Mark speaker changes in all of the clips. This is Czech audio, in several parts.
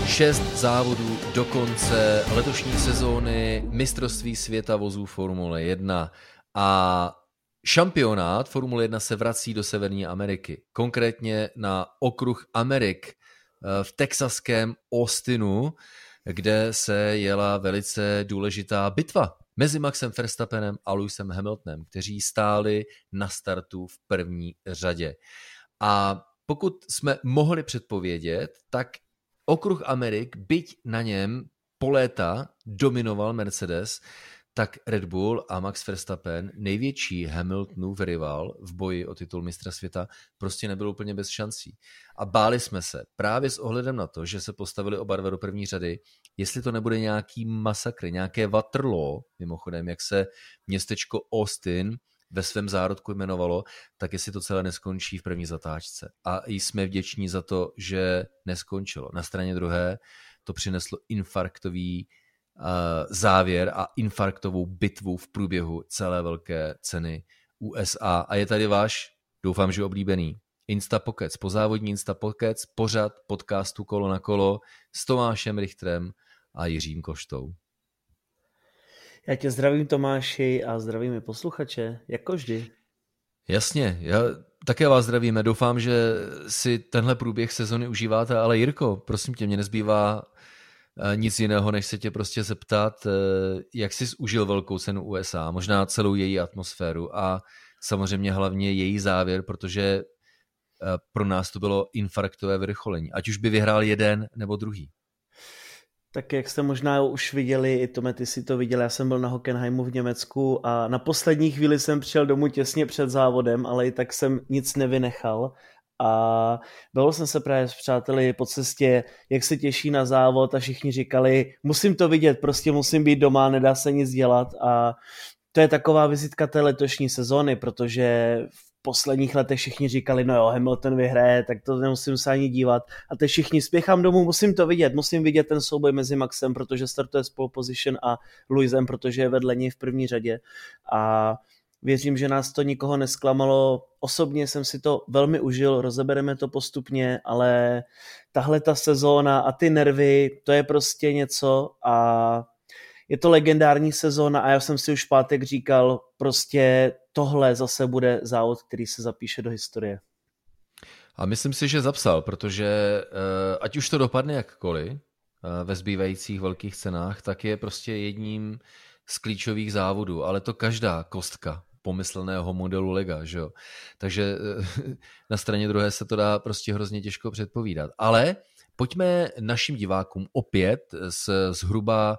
Speaker 1: 6 závodů do konce letošní sezóny mistrovství světa vozů Formule 1 a šampionát Formule 1 se vrací do Severní Ameriky, konkrétně na okruh Amerik v texaském Austinu, kde se jela velice důležitá bitva mezi Maxem Verstappenem a Lewisem Hamiltonem, kteří stáli na startu v první řadě. A pokud jsme mohli předpovědět, tak okruh Amerik, byť na něm po léta dominoval Mercedes, tak Red Bull a Max Verstappen, největší Hamiltonův rival v boji o titul mistra světa, prostě nebyl úplně bez šancí. A báli jsme se právě s ohledem na to, že se postavili oba dva do první řady, jestli to nebude nějaký masakr, nějaké Waterloo, mimochodem, jak se městečko Austin ve svém zárodku jmenovalo, tak jestli to celé neskončí v první zatáčce. A jsme vděční za to, že neskončilo. Na straně druhé to přineslo infarktový závěr a infarktovou bitvu v průběhu celé velké ceny USA. A je tady váš, doufám, že oblíbený Instapokec, pozávodní Instapokec, pořad podcastu Kolo na kolo s Tomášem Richterem a Jiřím Koštou.
Speaker 2: Já tě zdravím, Tomáši, a zdravím i posluchače, jako vždy.
Speaker 1: Jasně, také vás zdravíme. Doufám, že si tenhle průběh sezony užíváte, ale Jirko, prosím tě, mě nezbývá nic jiného, než se tě prostě zeptat, jak jsi užil velkou cenu USA, možná celou její atmosféru a samozřejmě hlavně její závěr, protože pro nás to bylo infarktové vyvrcholení, ať už by vyhrál jeden nebo druhý.
Speaker 2: Tak jak jste možná už viděli, i Tome, ty si to viděl, já jsem byl na Hockenheimu v Německu a na poslední chvíli jsem přijel domů těsně před závodem, ale i tak jsem nic nevynechal. A bavil jsem se právě s přáteli po cestě, jak se těší na závod a všichni říkali, musím to vidět, prostě musím být doma, nedá se nic dělat a to je taková vizitka té letošní sezóny, protože v posledních letech všichni říkali, no jo, Hamilton vyhraje, tak to nemusím se ani dívat a teď všichni spěchám domů, musím vidět ten souboj mezi Maxem, protože startuje z pole position a Lewisem, protože je vedle něj v první řadě a věřím, že nás to nikoho nesklamalo. Osobně jsem si to velmi užil, rozebereme to postupně, ale tahle ta sezóna a ty nervy, to je prostě něco a je to legendární sezóna a já jsem si už v pátek říkal, prostě tohle zase bude závod, který se zapíše do historie.
Speaker 1: A myslím si, že zapsal, protože ať už to dopadne jakkoliv ve zbývajících velkých cenách, tak je prostě jedním z klíčových závodů, ale to každá kostka pomyslného modelu lega, že jo. Takže na straně druhé se to dá prostě hrozně těžko předpovídat. Ale pojďme našim divákům opět s zhruba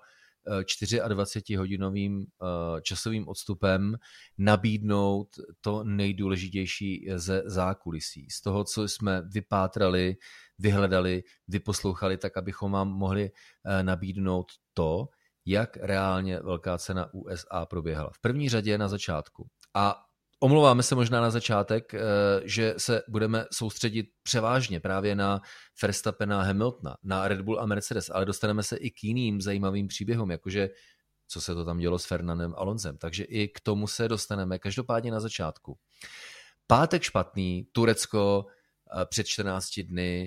Speaker 1: 24-hodinovým časovým odstupem nabídnout to nejdůležitější ze zákulisí. Z toho, co jsme vypátrali, vyhledali, vyposlouchali, tak abychom vám mohli nabídnout to, jak reálně velká cena USA proběhala. V první řadě na začátku. A omlouváme se možná na začátek, že se budeme soustředit převážně právě na Verstappena a Hamiltona, na Red Bull a Mercedes, ale dostaneme se i k jiným zajímavým příběhům, jakože co se to tam dělo s Fernandem Alonsem. Takže i k tomu se dostaneme každopádně na začátku. Pátek špatný, Turecko před 14 dny,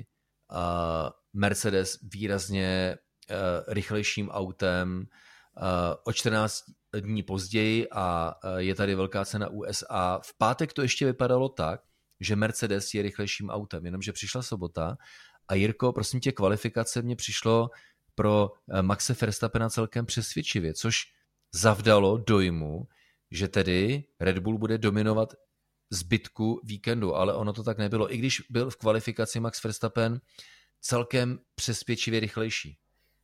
Speaker 1: Mercedes výrazně rychlejším autem, o 14 dní později a je tady velká cena USA. V pátek to ještě vypadalo tak, že Mercedes je rychlejším autem, jenomže přišla sobota a Jirko, prosím tě, kvalifikace mně přišlo pro Maxe Verstappena celkem přesvědčivě, což zavdalo dojmu, že tedy Red Bull bude dominovat zbytku víkendu, ale ono to tak nebylo, i když byl v kvalifikaci Max Verstappen celkem přesvědčivě rychlejší.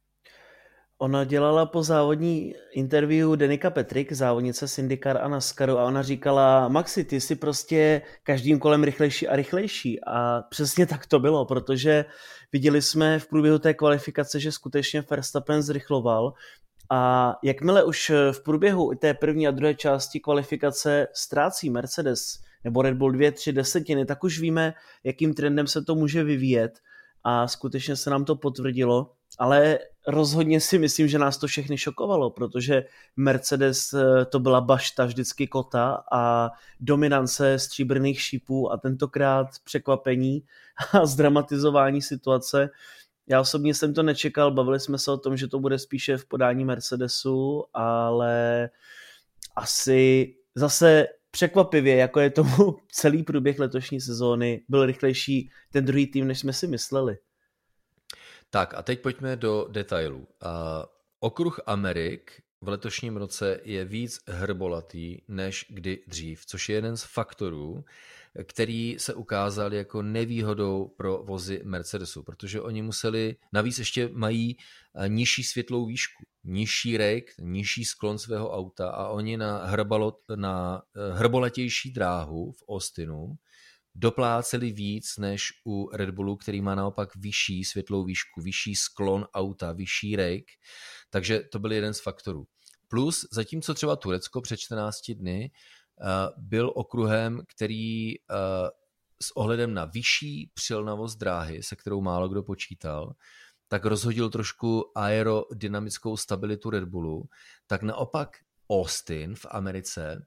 Speaker 2: Ona dělala po závodní interview Danica Patrick, závodnice z IndyCar a NASCARu a ona říkala, Maxi, ty jsi prostě každým kolem rychlejší a rychlejší a přesně tak to bylo, protože viděli jsme v průběhu té kvalifikace, že skutečně Verstappen zrychloval a jakmile už v průběhu té první a druhé části kvalifikace ztrácí Mercedes nebo Red Bull 2-3 desetiny, tak už víme, jakým trendem se to může vyvíjet a skutečně se nám to potvrdilo. Ale rozhodně si myslím, že nás to všechny šokovalo, protože Mercedes to byla bašta vždycky kota a dominance stříbrných šípů a tentokrát překvapení a zdramatizování situace Já osobně jsem to nečekal, bavili jsme se o tom, že to bude spíše v podání Mercedesu, ale asi zase překvapivě, jako je tomu celý průběh letošní sezóny, byl rychlejší ten druhý tým, než jsme si mysleli.
Speaker 1: Tak a teď pojďme do detailů. Okruh Amerik v letošním roce je víc hrbolatý než kdy dřív, což je jeden z faktorů, který se ukázal jako nevýhodou pro vozy Mercedesu, protože oni museli, navíc ještě mají nižší světlou výšku, nižší rake, nižší sklon svého auta a oni na hrbolatější dráhu v Austinu dopláceli víc než u Red Bullu, který má naopak vyšší světlou výšku, vyšší sklon auta, vyšší rake, takže to byl jeden z faktorů. Plus, zatímco třeba Turecko před 14 dny byl okruhem, který s ohledem na vyšší přilnavost dráhy, se kterou málo kdo počítal, tak rozhodil trošku aerodynamickou stabilitu Red Bullu, tak naopak Austin v Americe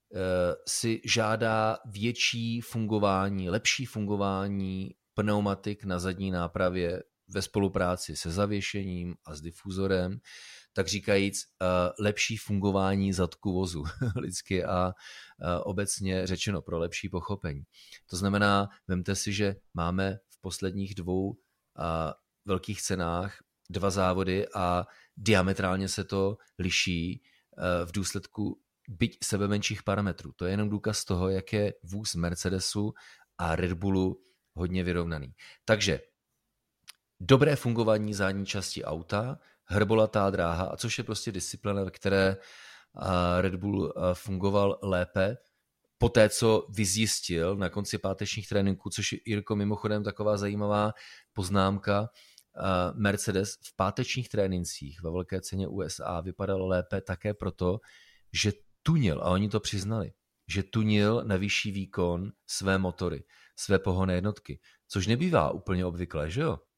Speaker 1: si žádá větší fungování, lepší fungování pneumatik na zadní nápravě ve spolupráci se zavěšením a s difuzorem, tak říkajíc lepší fungování zadku vozu lidsky a obecně řečeno pro lepší pochopení. To znamená, vemte si, že máme v posledních 2 velkých cenách 2 závody a diametrálně se to liší v důsledku byť sebe menších parametrů. To je jenom důkaz toho, jak je vůz Mercedesu a Red Bullu hodně vyrovnaný. Takže dobré fungování zadní části auta, hrbolatá dráha, a což je prostě disciplína, ve které Red Bull fungoval lépe, poté, co vyzjistil na konci pátečních tréninků, což je, Jirko, mimochodem taková zajímavá poznámka, Mercedes v pátečních trénincích ve velké ceně USA vypadal lépe také proto, že tunil, a oni to přiznali, že tunil na vyšší výkon své motory, své pohonné jednotky, což nebývá úplně obvyklé, že jo?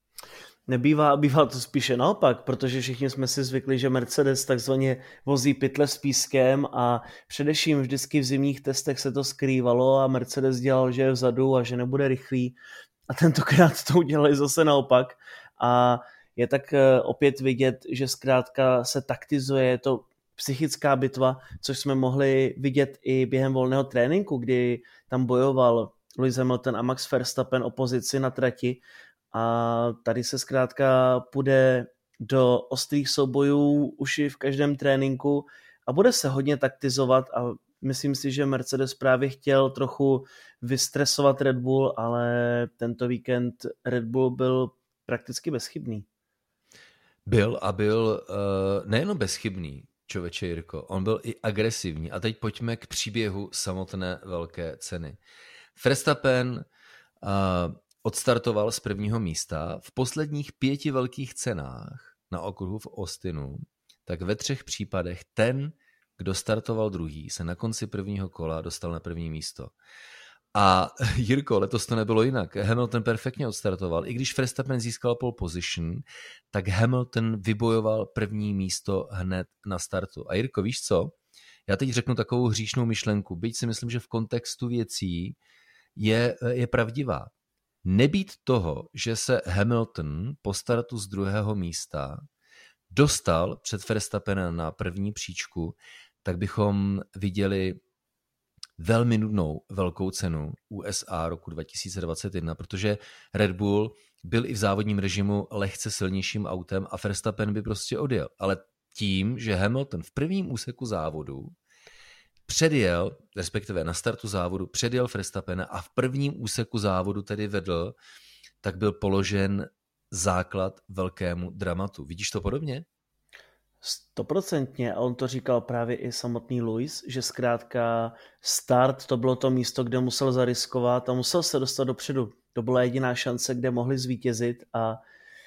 Speaker 2: Bývá to spíše naopak, protože všichni jsme si zvykli, že Mercedes takzvaně vozí pytle s pískem a především vždycky v zimních testech se to skrývalo a Mercedes dělal, že je vzadu a že nebude rychlý a tentokrát to udělali zase naopak a je tak opět vidět, že zkrátka se taktizuje, je to psychická bitva, což jsme mohli vidět i během volného tréninku, kdy tam bojoval Lewis Hamilton a Max Verstappen o pozici na trati a tady se zkrátka půjde do ostrých soubojů už i v každém tréninku a bude se hodně taktizovat a myslím si, že Mercedes právě chtěl trochu vystresovat Red Bull, ale tento víkend Red Bull byl prakticky bezchybný.
Speaker 1: Byl nejenom bezchybný, člověče Jirko, on byl i agresivní. A teď pojďme k příběhu samotné velké ceny. Verstappen odstartoval z 1. místa v posledních 5 velkých cenách na okruhu v Austinu, tak ve 3 případech ten, kdo startoval druhý, se na konci 1. kola dostal na 1. místo. A Jirko, letos to nebylo jinak. Hamilton perfektně odstartoval. I když Verstappen získal pole position, tak Hamilton vybojoval 1. místo hned na startu. A Jirko, víš co? Já teď řeknu takovou hříšnou myšlenku, byť si myslím, že v kontextu věcí je pravdivá. Nebýt toho, že se Hamilton po startu z 2. místa dostal před Verstappena na 1. příčku, tak bychom viděli velmi nudnou velkou cenu USA roku 2021, protože Red Bull byl i v závodním režimu lehce silnějším autem a Verstappen by prostě odjel. Ale tím, že Hamilton v 1. úseku závodu předjel, respektive na startu závodu předjel Verstappena a v 1. úseku závodu tedy vedl, tak byl položen základ velkému dramatu. Vidíš to podobně?
Speaker 2: 100%, a on to říkal právě i samotný Lewis, že zkrátka start to bylo to místo, kde musel zariskovat a musel se dostat dopředu. To byla jediná šance, kde mohli zvítězit a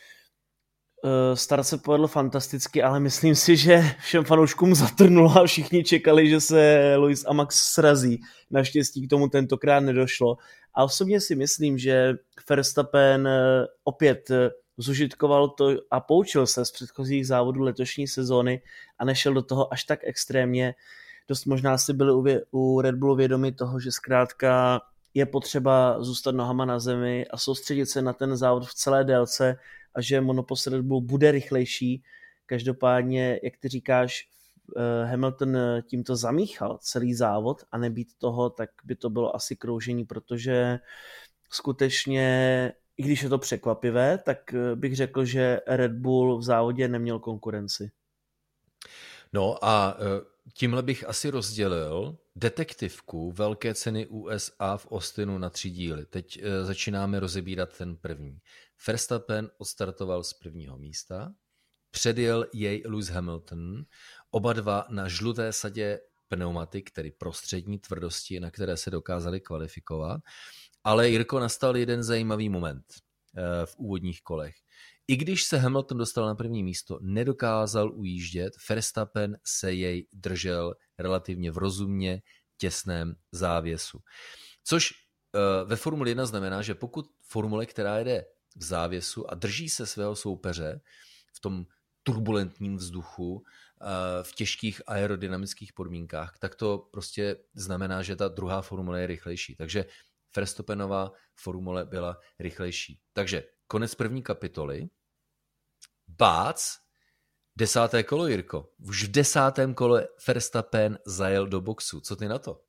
Speaker 2: start se povedl fantasticky, ale myslím si, že všem fanouškům zatrnulo a všichni čekali, že se Lewis a Max srazí. Naštěstí k tomu tentokrát nedošlo. A osobně si myslím, že Verstappen opět zužitkoval to a poučil se z předchozích závodů letošní sezóny a nešel do toho až tak extrémně. Dost možná si byli u Red Bullu vědomi toho, že zkrátka je potřeba zůstat nohama na zemi a soustředit se na ten závod v celé délce a že monopost Red Bull bude rychlejší. Každopádně, jak ty říkáš, Hamilton tímto zamíchal celý závod a nebýt toho, tak by to bylo asi kroužení, protože skutečně, i když je to překvapivé, tak bych řekl, že Red Bull v závodě neměl konkurenci.
Speaker 1: No a tímhle bych asi rozdělil detektivku Velké ceny USA v Austinu na 3 díly. Teď začínáme rozebírat ten první. Verstappen odstartoval z prvního místa, předjel jej Lewis Hamilton, oba dva na žluté sadě pneumatik, tedy prostřední tvrdosti, na které se dokázali kvalifikovat. Ale Jirko, nastal jeden zajímavý moment v úvodních kolech. I když se Hamilton dostal na první místo, nedokázal ujíždět, Verstappen se jej držel relativně v rozumně těsném závěsu. Což ve Formuli 1 znamená, že pokud formule, která jede v závěsu a drží se svého soupeře v tom turbulentním vzduchu, v těžkých aerodynamických podmínkách, tak to prostě znamená, že ta druhá formule je rychlejší. Takže Verstappenova formule byla rychlejší. Takže konec první kapitoly. Bác, 10. kolo, Jirko. Už v 10. kole Verstappen zajel do boxu. Co ty na to?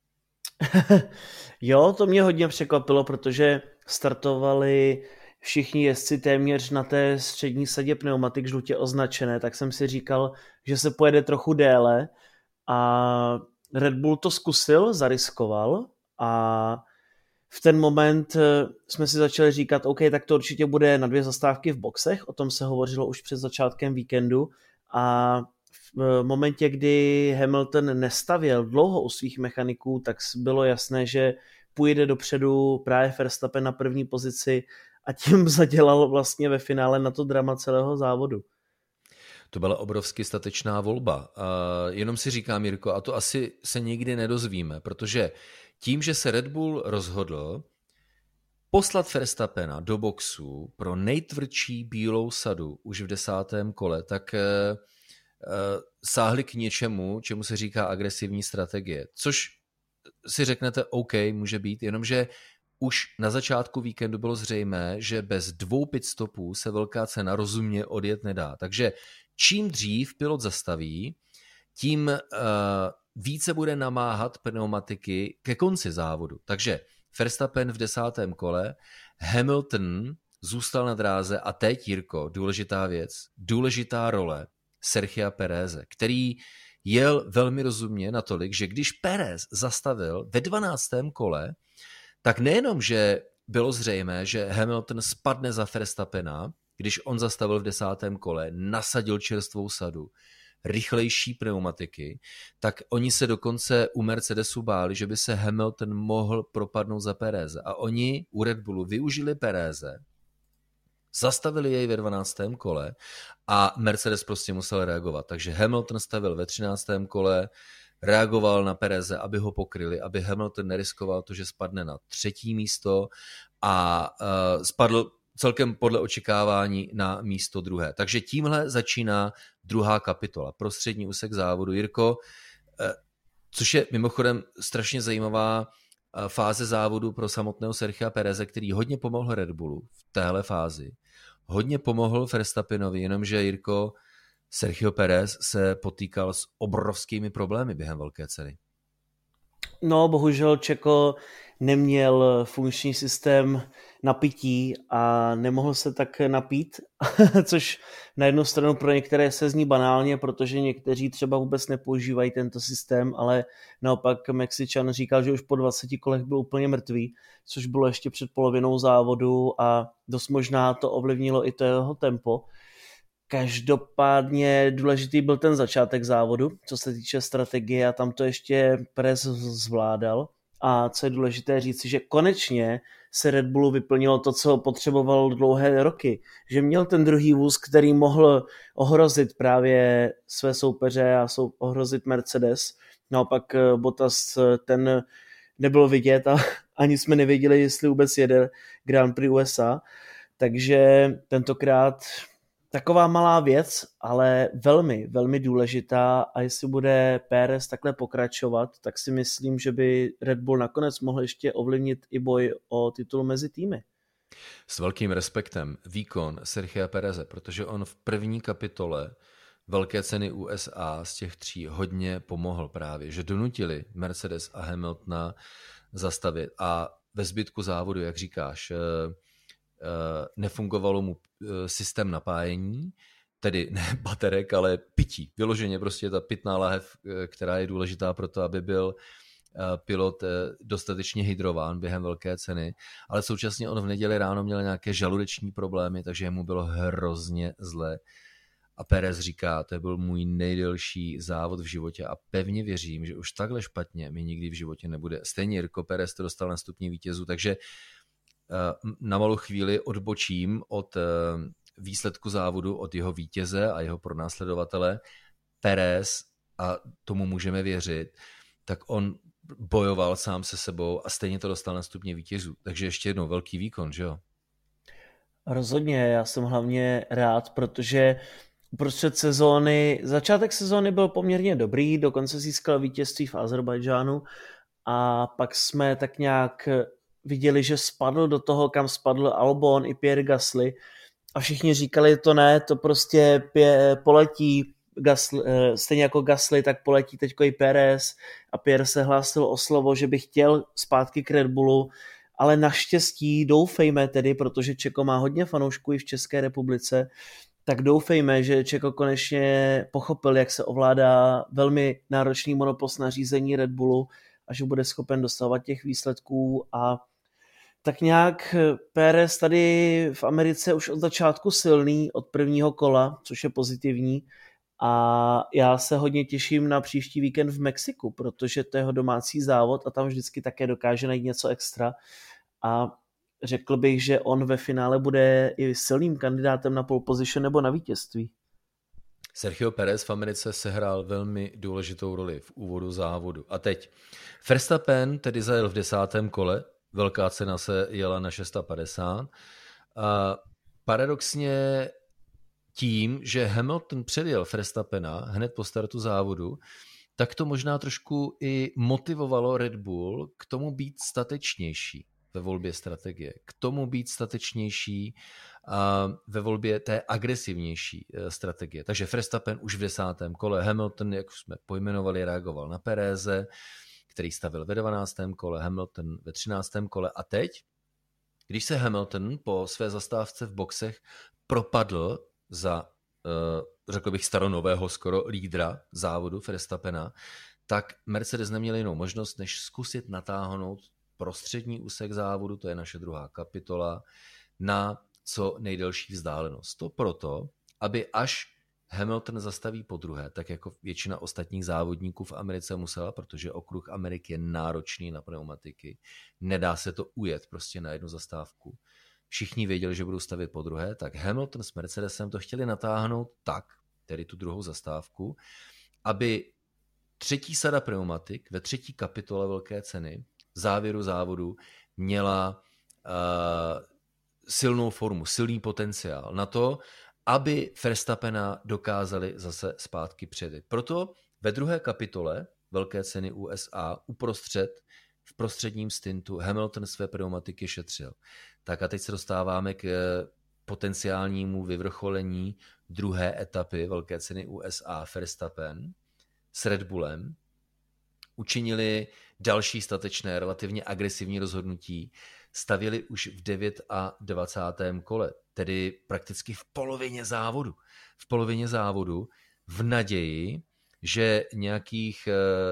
Speaker 2: Jo, to mě hodně překvapilo, protože startovali všichni jezdci téměř na té střední sadě pneumatik žlutě označené, tak jsem si říkal, že se pojede trochu déle a Red Bull to zkusil, zariskoval a v ten moment jsme si začali říkat, OK, tak to určitě bude na 2 zastávky v boxech, o tom se hovořilo už před začátkem víkendu a v momentě, kdy Hamilton nestavěl dlouho u svých mechaniků, tak bylo jasné, že půjde dopředu právě Verstappen na první pozici a tím zadělal vlastně ve finále na to drama celého závodu.
Speaker 1: To byla obrovsky statečná volba. Jenom si říkám, Jirko, a to asi se nikdy nedozvíme, protože tím, že se Red Bull rozhodl poslat Verstappena do boxu pro nejtvrdší bílou sadu už v 10. kole, tak sáhli k něčemu, čemu se říká agresivní strategie. Což si řeknete, OK, může být, jenomže už na začátku víkendu bylo zřejmé, že bez 2 pitstopů se velká cena rozumně odjet nedá. Takže čím dřív pilot zastaví, tím více bude namáhat pneumatiky ke konci závodu. Takže Verstappen v 10. kole, Hamilton zůstal na dráze a teď, Jirko, důležitá věc, důležitá role Sergia Péreze, který jel velmi rozumně natolik, že když Pérez zastavil ve 12. kole, tak nejenom, že bylo zřejmé, že Hamilton spadne za Verstappena, když on zastavil v 10. kole, nasadil čerstvou sadu, rychlejší pneumatiky, tak oni se dokonce u Mercedesu báli, že by se Hamilton mohl propadnout za Péreze. A oni u Red Bullu využili Péreze, zastavili jej ve 12. kole a Mercedes prostě musel reagovat. Takže Hamilton stavil ve 13. kole, reagoval na Péreze, aby ho pokryli, aby Hamilton neriskoval to, že spadne na 3. místo a spadl celkem podle očekávání na místo 2. Takže tímhle začíná 2. kapitola, prostřední úsek závodu. Jirko, což je mimochodem strašně zajímavá fáze závodu pro samotného Sergia Péreze, který hodně pomohl Red Bullu v téhle fázi. Hodně pomohl Verstappenovi, jenomže Jirko, Sergio Pérez se potýkal s obrovskými problémy během velké ceny.
Speaker 2: No, bohužel Čeko neměl funkční systém napití a nemohl se tak napít, což na jednu stranu pro některé se zní banálně, protože někteří třeba vůbec nepoužívají tento systém, ale naopak Mexičan říkal, že už po 20 kolech byl úplně mrtvý, což bylo ještě před polovinou závodu a dost možná to ovlivnilo i to jeho tempo. Každopádně důležitý byl ten začátek závodu, co se týče strategie a tam to ještě Pérez zvládal. A co je důležité říci, že konečně se Red Bullu vyplnilo to, co potřeboval dlouhé roky. Že měl ten druhý vůz, který mohl ohrozit právě své soupeře a ohrozit Mercedes. Naopak Bottas ten nebylo vidět a ani jsme nevěděli, jestli vůbec jede Grand Prix USA. Takže tentokrát taková malá věc, ale velmi, velmi důležitá, a jestli bude Pérez takhle pokračovat, tak si myslím, že by Red Bull nakonec mohl ještě ovlivnit i boj o titul mezi týmy.
Speaker 1: S velkým respektem výkon Sergia Péreze, protože on v první kapitole velké ceny USA z těch 3 hodně pomohl právě, že donutili Mercedes a Hamiltona zastavit a ve zbytku závodu, jak říkáš, nefungovalo mu systém napájení, tedy ne baterek, ale pití. Vyloženě prostě ta pitná lahev, která je důležitá pro to, aby byl pilot dostatečně hydrován během velké ceny, ale současně on v neděli ráno měl nějaké žaludeční problémy, takže mu bylo hrozně zle. A Pérez říká, to byl můj nejdelší závod v životě a pevně věřím, že už takhle špatně mi nikdy v životě nebude. Stejně Jirko Pérez to dostal na stupni vítězů, takže na malou chvíli odbočím od výsledku závodu, od jeho vítěze a jeho pronásledovatele. Pérez, a tomu můžeme věřit, tak on bojoval sám se sebou a stejně to dostal na stupně vítězů. Takže ještě jednou velký výkon, že jo?
Speaker 2: Rozhodně, já jsem hlavně rád, protože uprostřed sezóny, začátek sezóny byl poměrně dobrý, dokonce získal vítězství v Azerbajdžánu a pak jsme tak nějak viděli, že spadl do toho, kam spadl Albon i Pierre Gasly a všichni říkali, to ne, to prostě poletí Gasly, stejně jako Gasly, tak poletí teďko i Pérez a Pierre se hlásil o slovo, že by chtěl zpátky k Red Bullu, ale naštěstí doufejme tedy, protože Čeko má hodně fanoušků i v České republice, tak doufejme, že Čeko konečně pochopil, jak se ovládá velmi náročný monopost na řízení Red Bullu a že bude schopen dostávat těch výsledků. A tak nějak Pérez tady v Americe už od začátku silný, od prvního kola, což je pozitivní. A já se hodně těším na příští víkend v Mexiku, protože to je jeho domácí závod a tam vždycky také dokáže najít něco extra. A řekl bych, že on ve finále bude i silným kandidátem na pole position nebo na vítězství.
Speaker 1: Sergio Pérez v Americe sehrál velmi důležitou roli v úvodu závodu. A teď Verstappen tedy zajel v 10. kole, velká cena se jela na 650. A paradoxně tím, že Hamilton předjel Verstappena hned po startu závodu, tak to možná trošku i motivovalo Red Bull k tomu být statečnější ve volbě strategie, k tomu být statečnější ve volbě té agresivnější strategie. Takže Verstappen už v 10. kole, Hamilton, jak už jsme pojmenovali, reagoval na Péreze, který stavil ve 12. kole, Hamilton ve 13. kole a teď, když se Hamilton po své zastávce v boxech propadl za, řekl bych, staronového skoro lídra závodu Verstappena, tak Mercedes neměl jinou možnost, než zkusit natáhnout prostřední úsek závodu, to je naše druhá kapitola, na co nejdelší vzdálenost. To proto, aby až Hamilton zastaví podruhé, tak jako většina ostatních závodníků v Americe musela, protože okruh Ameriky je náročný na pneumatiky, nedá se to ujet prostě na jednu zastávku. Všichni věděli, že budou stavět podruhé, tak Hamilton s Mercedesem to chtěli natáhnout tak, tedy tu druhou zastávku, aby třetí sada pneumatik ve třetí kapitole velké ceny v závěru závodu měla silnou formu, silný potenciál na to, aby Verstappena dokázali zase zpátky předjet. Proto ve druhé kapitole velké ceny USA uprostřed v prostředním stintu Hamilton své pneumatiky šetřil. Tak a teď se dostáváme k potenciálnímu vyvrcholení druhé etapy velké ceny USA. Verstappen s Red Bullem učinili další statečné, relativně agresivní rozhodnutí, stavěli už v 29. kole, tedy prakticky v polovině závodu. V polovině závodu v naději, že nějakých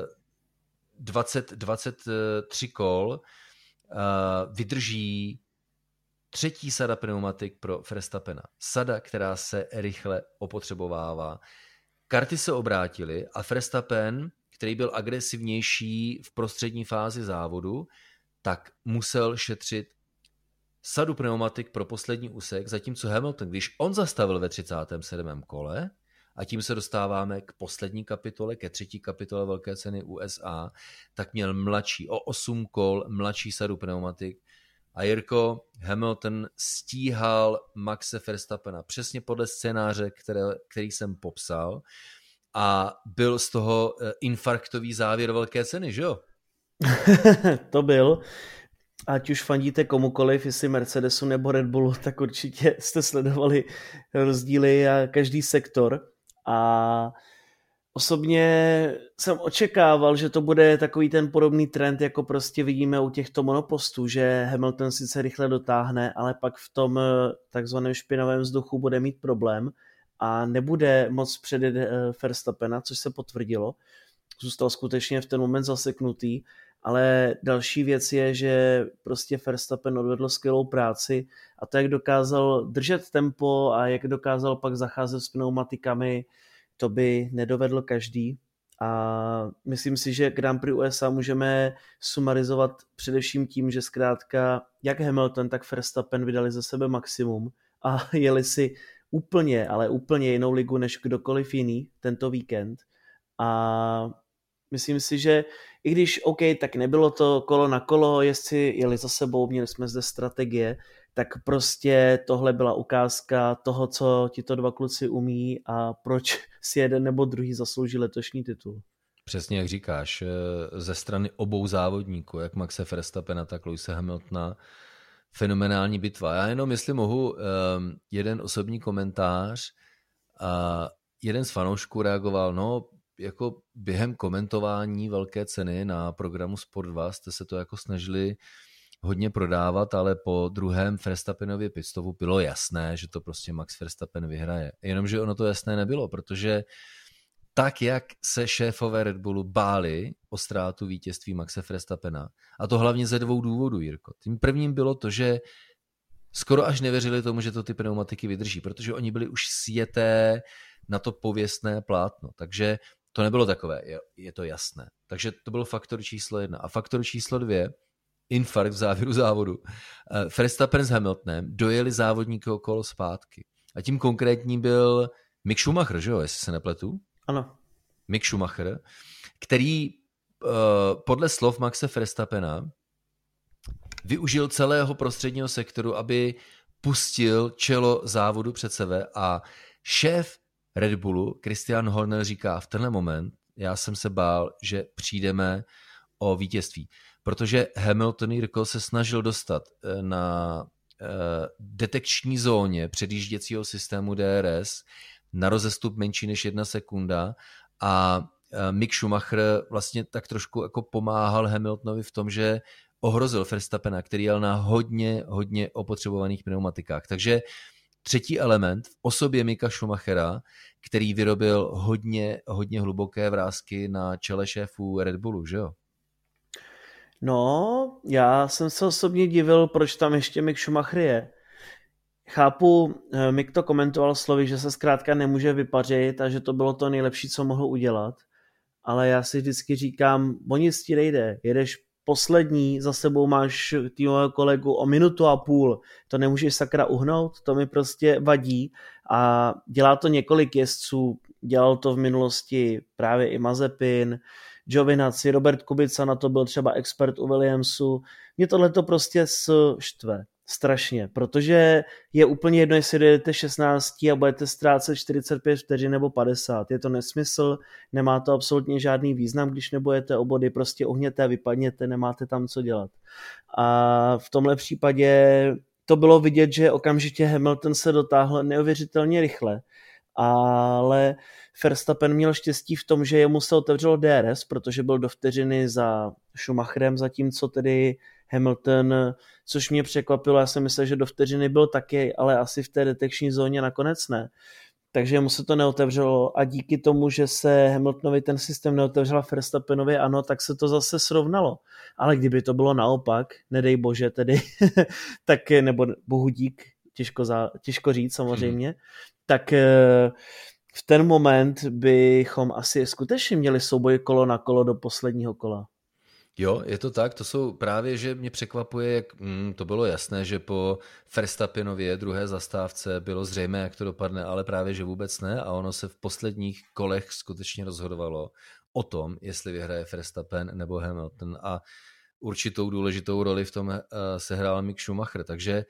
Speaker 1: 23 kol vydrží třetí sada pneumatik pro Verstappena. Sada, která se rychle opotřebovává. Karty se obrátily a Verstappen, který byl agresivnější v prostřední fázi závodu, tak musel šetřit sadu pneumatik pro poslední úsek, zatímco Hamilton, když on zastavil ve 37. kole, a tím se dostáváme k poslední kapitole, ke třetí kapitole velké ceny USA, tak měl mladší, o 8 kol mladší sadu pneumatik A Jirko, Hamilton stíhal Maxe Verstappena přesně podle scénáře, který jsem popsal, a byl z toho infarktový závěr velké ceny, že jo?
Speaker 2: To byl. Ať už fandíte komukoliv, jestli Mercedesu nebo Red Bullu, tak určitě jste sledovali rozdíly a každý sektor. A osobně jsem očekával, že to bude takový ten podobný trend, jako prostě vidíme u těchto monopostů, že Hamilton sice rychle dotáhne, ale pak v tom takzvaném špinavém vzduchu bude mít problém a nebude moc předjet Verstappena, což se potvrdilo. Zůstal skutečně v ten moment zaseknutý, ale další věc je, že prostě Verstappen odvedl skvělou práci a to, jak dokázal držet tempo a jak dokázal pak zacházet s pneumatikami, to by nedovedl každý. A myslím si, že Grand Prix USA můžeme sumarizovat především tím, že zkrátka jak Hamilton, tak Verstappen vydali ze sebe maximum a jeli si úplně, ale úplně jinou ligu než kdokoliv jiný tento víkend. A myslím si, že i když OK, tak nebylo to kolo na kolo, jezdci jeli za sebou, měli jsme zde strategie, tak prostě tohle byla ukázka toho, co tito dva kluci umí a proč si jeden nebo druhý zaslouží letošní titul.
Speaker 1: Přesně jak říkáš, ze strany obou závodníků, jak Maxe Verstappena, tak Lewise Hamiltona, fenomenální bitva. Já jenom, jestli mohu, jeden osobní komentář, jeden z fanoušků reagoval, no, jako během komentování velké ceny na programu Sport 2 jste se to jako snažili hodně prodávat, ale po druhém Verstappenově pitstopu bylo jasné, že to prostě Max Verstappen vyhraje. Jenomže ono to jasné nebylo, protože tak, jak se šéfové Red Bullu báli o ztrátu vítězství Maxe Verstappena, a to hlavně ze dvou důvodů, Jirko. Tím prvním bylo to, že skoro až nevěřili tomu, že to ty pneumatiky vydrží, protože oni byli už sjeté na to pověstné plátno, takže to nebylo takové, je to jasné. Takže to byl faktor číslo 1. A faktor číslo 2, infarkt v závěru závodu. Verstappen s Hamiltonem dojeli závodníky okolo zpátky. A tím konkrétní byl Mick Schumacher, že jo, jestli se nepletu?
Speaker 2: Ano.
Speaker 1: Mick Schumacher, který podle slov Maxe Verstappena využil celého prostředního sektoru, aby pustil čelo závodu před sebe a šéf Red Bullu, Christian Horner, říká, v tenhle moment já jsem se bál, že přijdeme o vítězství, protože Hamilton, Jirko, se snažil dostat na detekční zóně předjížděcího systému DRS na rozestup menší než 1 sekunda a Mick Schumacher vlastně tak trošku jako pomáhal Hamiltonovi v tom, že ohrozil Verstappena, který jel na hodně opotřebovaných pneumatikách. Takže třetí element v osobě Micka Schumachera, který vyrobil hodně hluboké vrásky na čele šéfů Red Bullu, že jo?
Speaker 2: No, já jsem se osobně divil, proč tam ještě Mick Schumacher je. Chápu, Mick to komentoval slovy, že se zkrátka nemůže vypařit a že to bylo to nejlepší, co mohl udělat. Ale já si vždycky říkám, o nic ti nejde, jedeš poslední, za sebou máš týmového kolegu o 1,5 minuty, to nemůžeš sakra uhnout, to mi prostě vadí a dělá to několik jezdců, dělal to v minulosti právě i Mazepin, Giovinazzi, Robert Kubica, na to byl třeba expert u Williamsu, mě tohleto prostě štve. Strašně, protože je úplně jedno, jestli dojedete 16 a budete ztrácet 45 vteřin nebo 50. Je to nesmysl, nemá to absolutně žádný význam, když nebudete o body, prostě uhněte a vypadněte, nemáte tam co dělat. A v tomhle případě to bylo vidět, že okamžitě Hamilton se dotáhl neuvěřitelně rychle, ale Verstappen měl štěstí v tom, že jemu se otevřelo DRS, protože byl do vteřiny za Schumacherem, zatímco tedy Hamilton, což mě překvapilo, já jsem myslel, že do vteřiny byl taky, ale asi v té detekční zóně nakonec ne. Takže mu se to neotevřelo a díky tomu, že se Hamiltonovi ten systém neotevřel Verstappenovi, ano, tak se to zase srovnalo. Ale kdyby to bylo naopak, nedej bože tedy, tak, nebo bohu dík, těžko říct samozřejmě, tak v ten moment bychom asi skutečně měli souboj kolo na kolo do posledního kola.
Speaker 1: Jo, je to tak, to jsou právě, že mě překvapuje, jak to bylo jasné, že po Verstappenově druhé zastávce bylo zřejmé, jak to dopadne, ale právě, že vůbec ne a ono se v posledních kolech skutečně rozhodovalo o tom, jestli vyhraje Verstappen nebo Hamilton a určitou důležitou roli v tom sehrál Mick Schumacher. Takže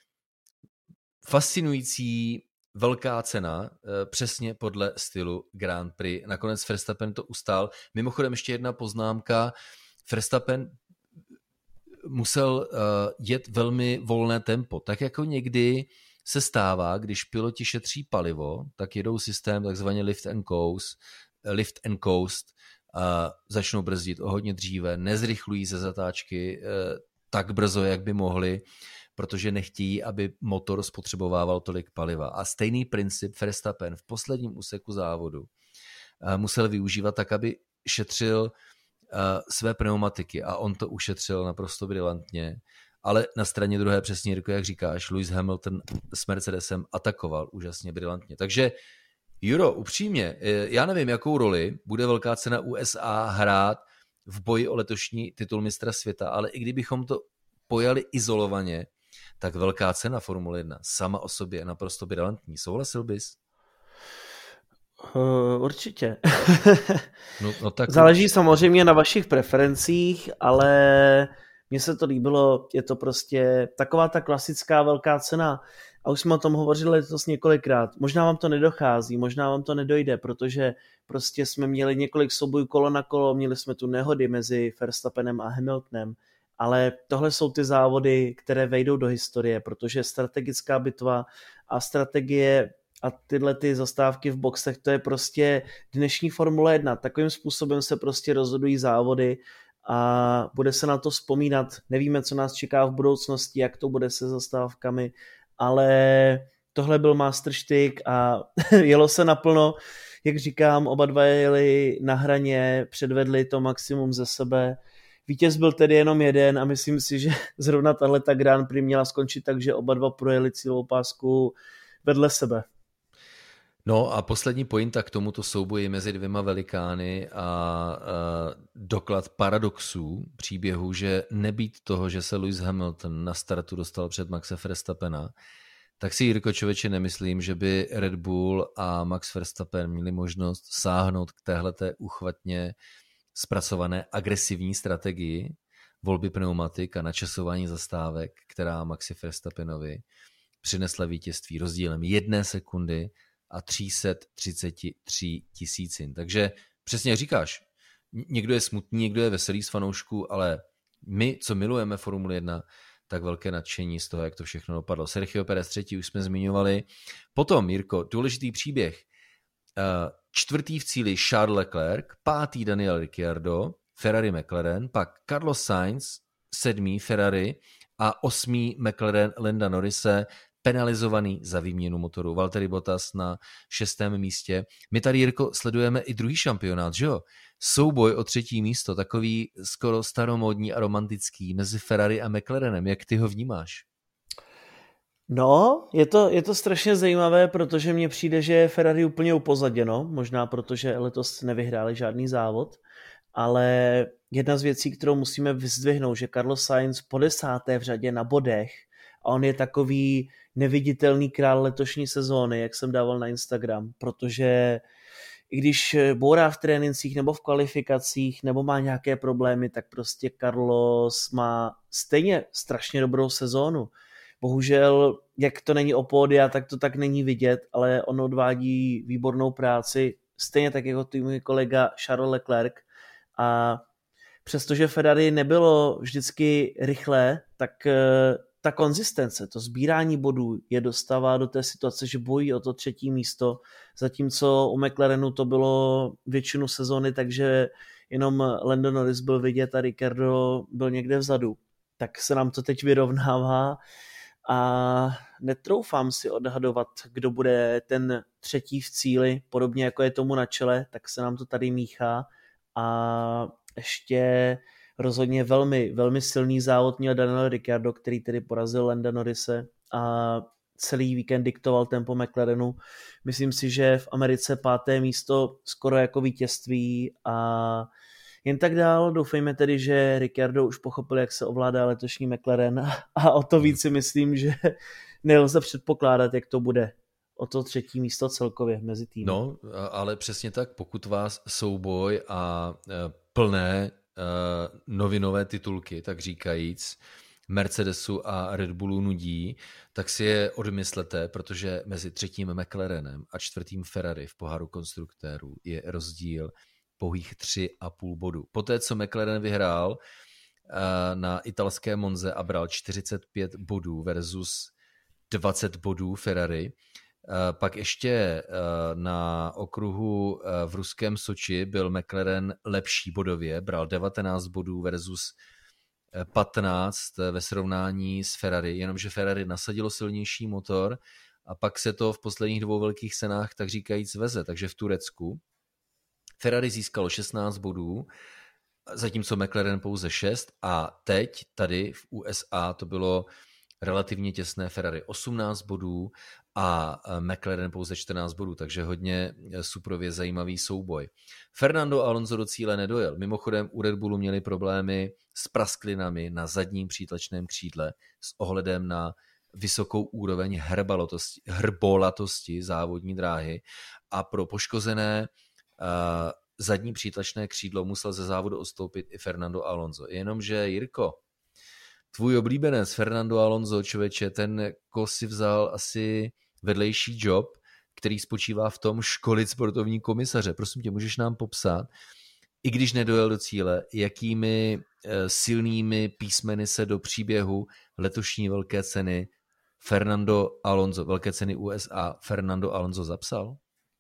Speaker 1: fascinující velká cena, přesně podle stylu Grand Prix. Nakonec Verstappen to ustál. Mimochodem ještě jedna poznámka. Verstappen musel jet velmi volné tempo. Tak jako někdy se stává, když piloti šetří palivo, tak jedou systém takzvaně lift and coast, začnou brzdit o hodně dříve, nezrychlují ze zatáčky tak brzo, jak by mohli, protože nechtějí, aby motor spotřebovával tolik paliva. A stejný princip Verstappen v posledním úseku závodu musel využívat tak, aby šetřil své pneumatiky a on to ušetřil naprosto brilantně. Ale na straně druhé, přesně Jirko, jak říkáš, Lewis Hamilton s Mercedesem atakoval úžasně brilantně. Takže Juro, upřímně, já nevím, jakou roli bude velká cena USA hrát v boji o letošní titul mistra světa, ale i kdybychom to pojali izolovaně, tak velká cena Formule 1 sama o sobě je naprosto brilantní. Souhlasil bys?
Speaker 2: Určitě.
Speaker 1: No tak
Speaker 2: záleží samozřejmě na vašich preferencích, ale mně se to líbilo, je to prostě taková ta klasická velká cena. A už jsme o tom hovořili letos několikrát. Možná vám to nedochází, možná vám to nedojde, protože prostě jsme měli několik soubojů kolo na kolo, měli jsme tu nehody mezi Verstappenem a Hamiltonem, ale tohle jsou ty závody, které vejdou do historie, protože strategická bitva a strategie a tyhle ty zastávky v boxech, to je prostě dnešní Formule 1. Takovým způsobem se prostě rozhodují závody a bude se na to vzpomínat. Nevíme, co nás čeká v budoucnosti, jak to bude se zastávkami, ale tohle byl masterštyk a jelo se naplno. Jak říkám, oba dva jeli na hraně, předvedli to maximum ze sebe. Vítěz byl tedy jenom jeden a myslím si, že zrovna tahleta Grand Prix měla skončit tak, že oba dva projeli cílovou pásku vedle sebe.
Speaker 1: No a poslední pointa k tomuto souboji mezi dvěma velikány a doklad paradoxů příběhu, že nebýt toho, že se Lewis Hamilton na startu dostal před Maxe Verstappena, tak si, Jirko, člověče, nemyslím, že by Red Bull a Max Verstappen měli možnost sáhnout k téhleté úchvatně zpracované agresivní strategii volby pneumatik a načasování zastávek, která Maxi Verstappenovi přinesla vítězství rozdílem 1 sekundy a 333 tisícin. Takže přesně jak říkáš, někdo je smutný, někdo je veselý z fanoušků, ale my, co milujeme Formuli 1, tak velké nadšení z toho, jak to všechno dopadlo. Sergio Pérez 3. už jsme zmiňovali. Potom, Jirko, důležitý příběh. 4. v cíli Charles Leclerc, 5. Daniel Ricciardo, Ferrari McLaren, pak Carlos Sainz, 7. Ferrari a 8. McLaren Landa Norrise, penalizovaný za výměnu motoru. Valtteri Bottas na 6. místě. My tady, Jirko, sledujeme i druhý šampionát, že jo? Souboj o 3. místo, takový skoro staromódní a romantický mezi Ferrari a McLarenem. Jak ty ho vnímáš?
Speaker 2: No, je to strašně zajímavé, protože mně přijde, že je Ferrari úplně upozaděno, možná protože letos nevyhráli žádný závod, ale jedna z věcí, kterou musíme vyzdvihnout, že Carlos Sainz po 10. v řadě na bodech a on je takový neviditelný král letošní sezóny, jak jsem dával na Instagram, protože i když bourá v trénincích nebo v kvalifikacích nebo má nějaké problémy, tak prostě Carlos má stejně strašně dobrou sezónu. Bohužel, jak to není o pódia, tak to tak není vidět, ale on odvádí výbornou práci, stejně tak jako můj kolega Charles Leclerc. A přestože Ferrari nebylo vždycky rychlé, tak ta konzistence, to sbírání bodů je dostává do té situace, že bojí o to 3. místo, zatímco u McLarenu to bylo většinu sezony, takže jenom Lando Norris byl vidět a Ricciardo byl někde vzadu. Tak se nám to teď vyrovnává a netroufám si odhadovat, kdo bude ten 3. v cíli, podobně jako je tomu na čele, tak se nám to tady míchá a ještě rozhodně velmi, velmi silný závod měl Daniel Ricciardo, který tedy porazil Landa Norrise a celý víkend diktoval tempo McLarenu. Myslím si, že v Americe 5. místo skoro jako vítězství a jen tak dál. Doufejme tedy, že Ricciardo už pochopil, jak se ovládá letošní McLaren a o to víc si myslím, že nelze předpokládat, jak to bude o to 3. místo celkově mezi týmy.
Speaker 1: No, ale přesně tak, pokud vás souboj a plné novinové titulky, tak říkajíc, Mercedesu a Red Bullu nudí, tak si je odmyslete, protože mezi třetím McLarenem a čtvrtým Ferrari v poháru konstruktérů je rozdíl pouhých 3,5 bodu. Poté, co McLaren vyhrál na italské Monze a bral 45 bodů versus 20 bodů Ferrari, pak ještě na okruhu v ruském Soči byl McLaren lepší bodově, bral 19 bodů versus 15 ve srovnání s Ferrari, jenomže Ferrari nasadilo silnější motor a pak se to v posledních dvou velkých cenách tak říkajíc veze, takže v Turecku Ferrari získalo 16 bodů, zatímco McLaren pouze 6 a teď tady v USA to bylo relativně těsné, Ferrari 18 bodů a McLaren pouze 14 bodů, takže hodně suprově zajímavý souboj. Fernando Alonso do cíle nedojel. Mimochodem u Red Bullu měli problémy s prasklinami na zadním přítlačném křídle s ohledem na vysokou úroveň hrbolatosti závodní dráhy a pro poškozené zadní přítlačné křídlo musel ze závodu odstoupit i Fernando Alonso. Jenomže Jirko, tvůj oblíbenec Fernando Alonso, člověče, ten si vzal asi vedlejší job, který spočívá v tom školit sportovní komisaře. Prosím tě, můžeš nám popsat, i když nedojel do cíle, jakými silnými písmeny se do příběhu letošní velké ceny Fernando Alonso, velké ceny USA, Fernando Alonso zapsal?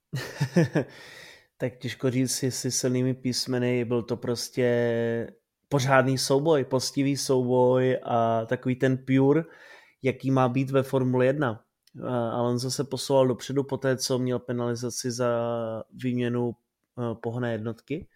Speaker 2: Tak těžko říct, jestli silnými písmeny, byl to prostě pořádný souboj, poctivý souboj a takový ten pure, jaký má být ve Formule 1. Alonso se posouval dopředu poté, co měl penalizaci za výměnu pohonné jednotky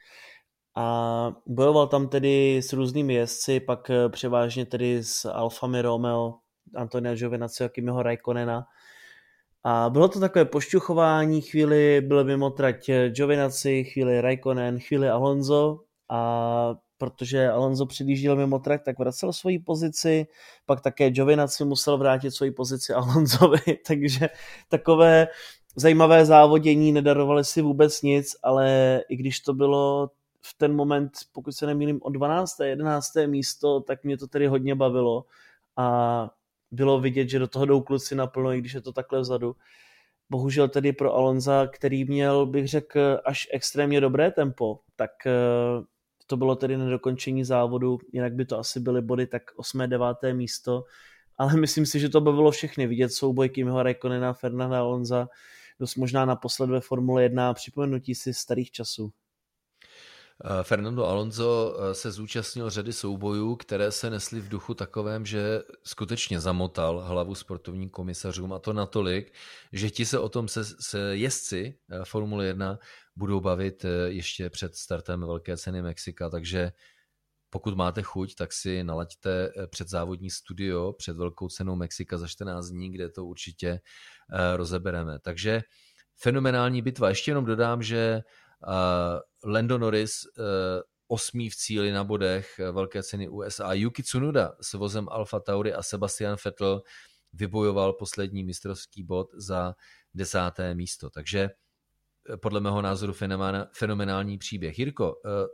Speaker 2: a bojoval tam tedy s různými jezdci, pak převážně tedy s Alfami Romeo, Antonia Giovinazziho a Kimiho Raikkonena. A bylo to takové pošťuchování, chvíli byl mimo trať Giovinazzi, chvíli Raikkonen, chvíli Alonso a protože Alonso předjížděl mimo trať, tak vracel svoji pozici, pak také Giovinazzi musel vrátit svoji pozici Alonsovi, takže takové zajímavé závodění, nedarovali si vůbec nic, ale i když to bylo v ten moment, pokud se nemýlím, o 12. 11. místo, tak mě to tedy hodně bavilo a bylo vidět, že do toho jdou kluci naplno, i když je to takhle vzadu. Bohužel tedy pro Alonsa, který měl, bych řekl, až extrémně dobré tempo, tak to bylo tedy nedokončení závodu, jinak by to asi byly body tak 8. 9. místo, ale myslím si, že to bavilo všechny, vidět souboj Kimiho Raikkonena, Fernanda Alonsa, dost možná naposled ve Formule 1 a připomenutí si starých časů.
Speaker 1: Fernando Alonso se zúčastnil řady soubojů, které se nesly v duchu takovém, že skutečně zamotal hlavu sportovním komisařům a to natolik, že ti se o tom se jezdci Formule 1 budou bavit ještě před startem Velké ceny Mexika, takže pokud máte chuť, tak si nalaďte předzávodní studio před Velkou cenou Mexika za 14 dní, kde to určitě rozebereme. Takže fenomenální bitva. Ještě jenom dodám, že Lando Norris 8. v cíli na bodech Velké ceny USA. Yuki Tsunoda s vozem Alfa Tauri a Sebastian Vettel vybojoval poslední mistrovský bod za 10. místo. Takže podle mého názoru fenomenální příběh. Jirko,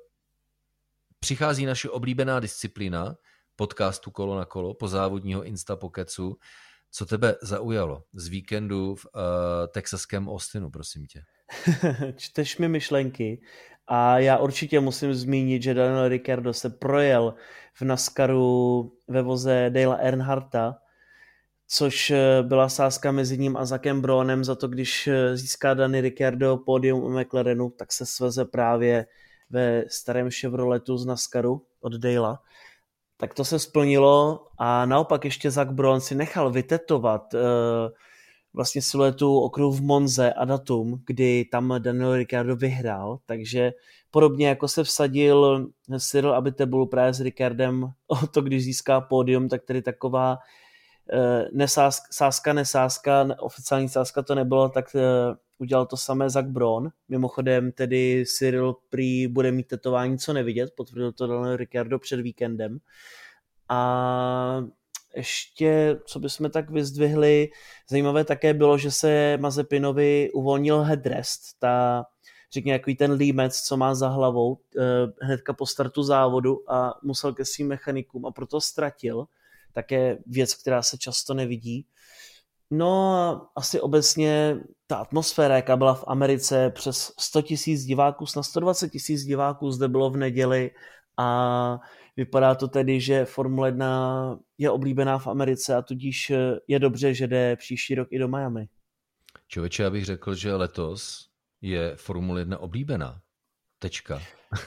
Speaker 1: přichází naše oblíbená disciplína podcastu Kolo na kolo, pozávodního Instapokecu. Co tebe zaujalo z víkendu v texaském Austinu, prosím tě?
Speaker 2: Čteš mi myšlenky a já určitě musím zmínit, že Daniel Ricciardo se projel v NASCARu ve voze Dale'a Earnhardta, což byla sázka mezi ním a Zachem Brownem za to, když získá Daniel Ricciardo pódium u McLarenu, tak se sveze právě ve starém Chevroletu z NASCARu od Dale'a. Tak to se splnilo a naopak ještě Zach Brown si nechal vytetovat vlastně siluetu okruhu v Monze a datum, kdy tam Daniel Ricciardo vyhrál, takže podobně jako se vsadil Cyril Abiteboul právě s Ricciardem o to, když získá pódium, tak tedy taková nesázka, oficiální sázka to nebylo, tak udělal to samé Zach Brown. Mimochodem tedy Cyril prý bude mít tetování co nevidět, potvrdil to Daniel Ricciardo před víkendem. A ještě, co bychom tak vyzdvihli, zajímavé také bylo, že se Mazepinovi uvolnil headrest, ta řekněme, jaký ten límec, co má za hlavou hnedka po startu závodu a musel ke svým mechanikům a proto ztratil. Tak je věc, která se často nevidí. No a asi obecně ta atmosféra, jaká byla v Americe, přes 100 000 diváků, na 120 000 diváků zde bylo v neděli a vypadá to tedy, že Formule 1 je oblíbená v Americe a tudíž je dobře, že jde příští rok i do Miami.
Speaker 1: Člověče, já bych řekl, že letos je Formule 1 oblíbená. Tečka.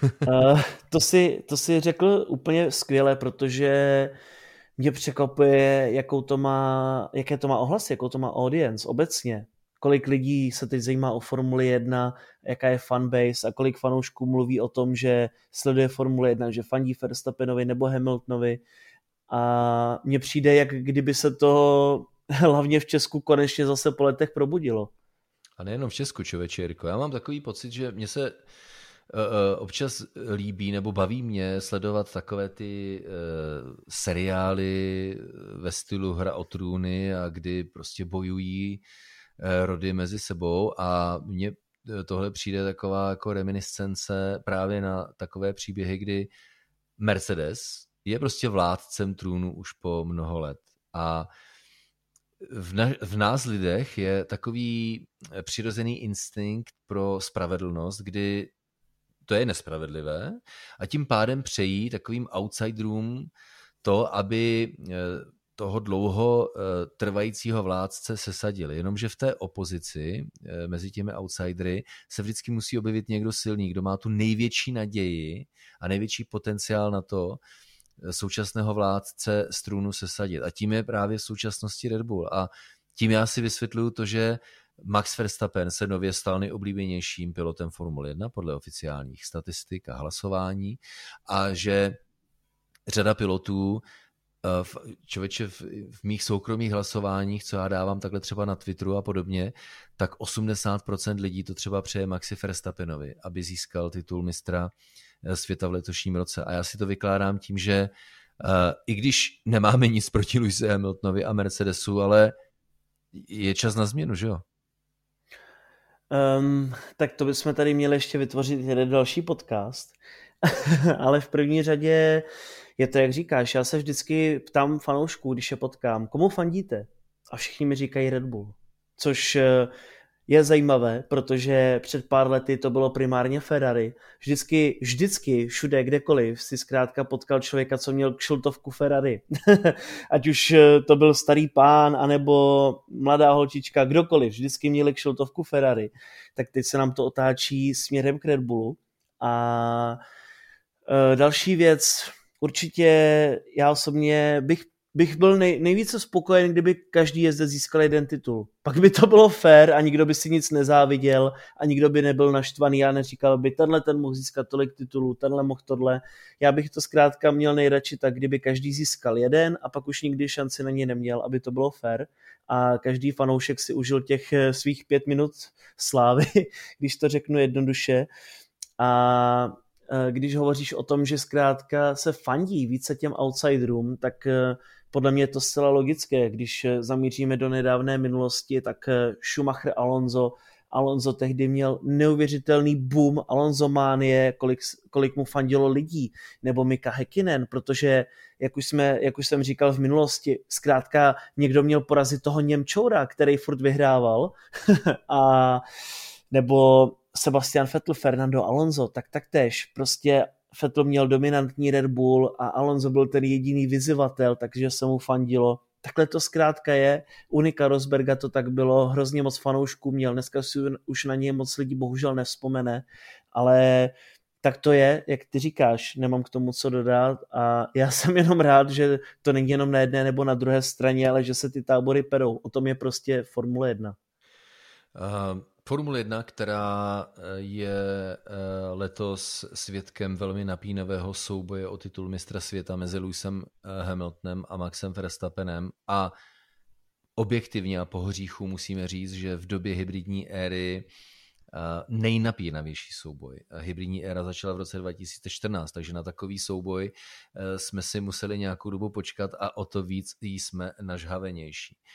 Speaker 2: To si řekl úplně skvěle, protože mě překvapuje, jaké to má ohlasy, jakou to má audience obecně. Kolik lidí se teď zajímá o Formuli 1, jaká je fanbase a kolik fanoušků mluví o tom, že sleduje Formuli 1, že fandí Verstappenovi nebo Hamiltonovi. A mně přijde, jak kdyby se to hlavně v Česku konečně zase po letech probudilo.
Speaker 1: A nejenom v Česku, člověče, Jirko. Já mám takový pocit, že mě se občas líbí nebo baví mě sledovat takové ty seriály ve stylu Hra o trůny a kdy prostě bojují rody mezi sebou a mně tohle přijde taková jako reminiscence právě na takové příběhy, kdy Mercedes je prostě vládcem trůnu už po mnoho let a v nás lidech je takový přirozený instinkt pro spravedlnost, kdy to je nespravedlivé a tím pádem přejí takovým outsiderům to, aby toho dlouho trvajícího vládce sesadili. Jenomže v té opozici mezi těmi outsidery se vždycky musí objevit někdo silný, kdo má tu největší naději a největší potenciál na to současného vládce z trůnu sesadit. A tím je právě v současnosti Red Bull. A tím já si vysvětluju to, že Max Verstappen se nově stal nejoblíbenějším pilotem Formule 1 podle oficiálních statistik a hlasování a že řada pilotů člověče v mých soukromých hlasováních, co já dávám takhle třeba na Twitteru a podobně, tak 80% lidí to třeba přeje Maxi Verstappenovi, aby získal titul mistra světa v letošním roce. A já si to vykládám tím, že i když nemáme nic proti Lewisi Hamiltonovi a Mercedesu, ale je čas na změnu, že jo?
Speaker 2: Tak to bychom tady měli ještě vytvořit jeden další podcast. Ale v první řadě je to, jak říkáš, já se vždycky ptám fanoušků, když je potkám, komu fandíte? A všichni mi říkají Red Bull. Což je zajímavé, protože před pár lety to bylo primárně Ferrari. Vždycky, všude, kdekoliv si zkrátka potkal člověka, co měl kšiltovku Ferrari. Ať už to byl starý pán, anebo mladá holčička, kdokoliv, vždycky měli kšiltovku Ferrari. Tak teď se nám to otáčí směrem k Red Bullu. A další věc, určitě já osobně bych byl nejvíce spokojen, kdyby každý jezdec získal jeden titul. Pak by to bylo fair a nikdo by si nic nezáviděl a nikdo by nebyl naštvaný a neříkal by, tenhle ten mohl získat tolik titulů, tenhle mohl tohle. Já bych to zkrátka měl nejradši tak, kdyby každý získal jeden a pak už nikdy šanci na něj neměl, aby to bylo fair a každý fanoušek si užil těch svých 5 minut slávy, když to řeknu jednoduše. A když hovoříš o tom, že zkrátka se fandí více těm outsiderům, tak podle mě je to zcela logické. Když zamíříme do nedávné minulosti, tak Schumacher Alonso tehdy měl neuvěřitelný boom Alonso mánie, kolik mu fandilo lidí, nebo Mika Häkkinen, protože, jak už jsem říkal v minulosti, zkrátka někdo měl porazit toho Němčoura, který furt vyhrával, a nebo Sebastian Vettel, Fernando Alonso, tak taktéž. Prostě Vettel měl dominantní Red Bull a Alonso byl ten jediný vyzývatel, takže se mu fandilo. Takhle to zkrátka je. U Nika Rosberga to tak bylo, hrozně moc fanoušků měl, dneska si už na něj moc lidí bohužel nevzpomene, ale tak to je, jak ty říkáš, nemám k tomu co dodat a já jsem jenom rád, že to není jenom na jedné nebo na druhé straně, ale že se ty tábory perou. O tom je prostě Formule 1.
Speaker 1: Formule 1, která je letos svědkem velmi napínavého souboje o titul mistra světa mezi Lewisem Hamiltonem a Maxem Verstappenem a objektivně a po hříchu musíme říct, že v době hybridní éry nejnapínavější souboj. Hybridní éra začala v roce 2014, takže na takový souboj jsme si museli nějakou dobu počkat a o to víc jsme nažhavenější.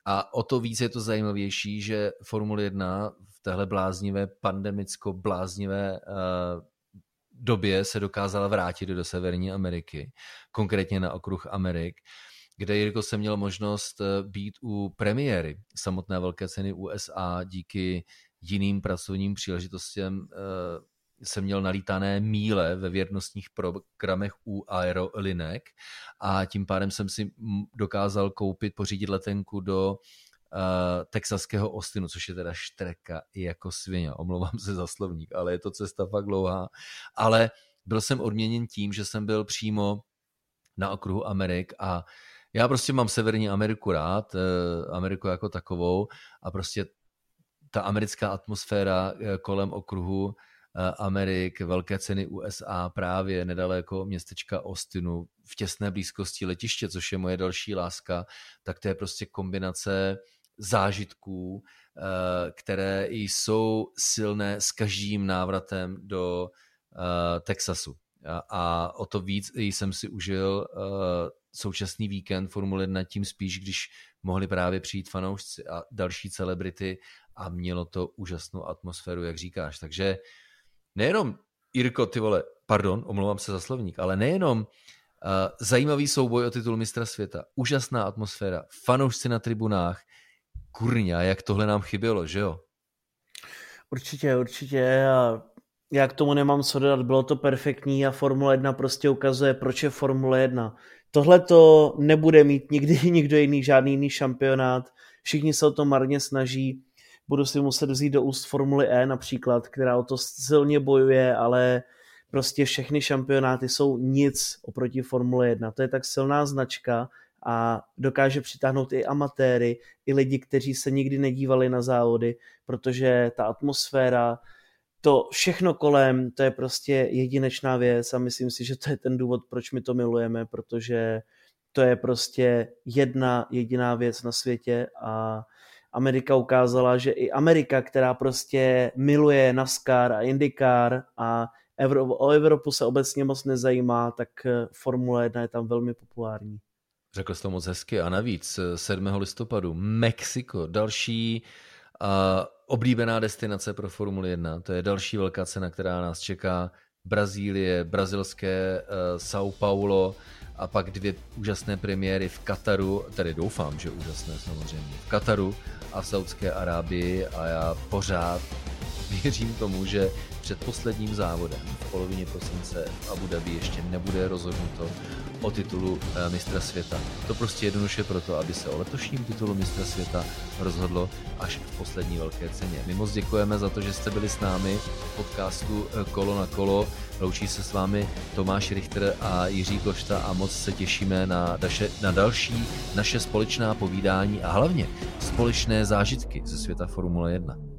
Speaker 1: A o to víc je to zajímavější, že Formule 1 v téhle bláznivé, pandemicko-bláznivé době se dokázala vrátit do Severní Ameriky, konkrétně na okruh Amerik, kde Jirko jsem měl možnost být u premiéry samotné velké ceny USA díky jiným pracovním příležitostem. Jsem měl nalítané míle ve věrnostních programech u aerolinek a tím pádem jsem si dokázal pořídit letenku do texaského Austinu, což je teda štreka jako svině. Omlouvám se za slovník, ale je to cesta fakt dlouhá. Ale byl jsem odměněn tím, že jsem byl přímo na okruhu Amerik a já prostě mám Severní Ameriku rád, Ameriku jako takovou a prostě ta americká atmosféra kolem okruhu Amerik, velké ceny USA právě nedaleko městečka Austinu v těsné blízkosti letiště, což je moje další láska, tak to je prostě kombinace zážitků, které jsou silné s každým návratem do Texasu. A o to víc jsem si užil současný víkend Formule 1 tím spíš, když mohli právě přijít fanoušci a další celebrity a mělo to úžasnou atmosféru, jak říkáš. Takže nejenom, Jirko, omlouvám se za slovník, ale nejenom zajímavý souboj o titul mistra světa, úžasná atmosféra, fanoušci na tribunách, kurňa, jak tohle nám chybělo, že jo?
Speaker 2: Určitě a já k tomu nemám co dodat, bylo to perfektní a Formule 1 prostě ukazuje, proč je Formule 1. Tohle to nebude mít nikdy nikdo jiný, žádný jiný šampionát, všichni se o to marně snaží, budu si muset vzít do úst Formuli E například, která o to silně bojuje, ale prostě všechny šampionáty jsou nic oproti Formule 1. To je tak silná značka a dokáže přitáhnout i amatéry, i lidi, kteří se nikdy nedívali na závody, protože ta atmosféra, to všechno kolem, to je prostě jedinečná věc a myslím si, že to je ten důvod, proč my to milujeme, protože to je prostě jedna jediná věc na světě a Amerika ukázala, že i Amerika, která prostě miluje NASCAR a IndyCar a o Evropu se obecně moc nezajímá, tak Formule 1 je tam velmi populární.
Speaker 1: Řekl jsi to moc hezky a navíc 7. listopadu Mexiko, další oblíbená destinace pro Formuli 1, to je další velká cena, která nás čeká, Brazílie, brazilské São Paulo a pak 2 úžasné premiéry v Kataru, tedy doufám, že úžasné samozřejmě, v Kataru a v Saudské Arábii a já pořád věřím tomu, že před posledním závodem v polovině prosince v Abu Dhabi ještě nebude rozhodnuto o titulu mistra světa. To prostě jednoduše proto, aby se o letošním titulu mistra světa rozhodlo až v poslední velké ceně. My moc děkujeme za to, že jste byli s námi v podcastu Kolo na kolo. Loučí se s vámi Tomáš Richter a Jiří Klošta a moc se těšíme na další naše společná povídání a hlavně společné zážitky ze světa Formule 1.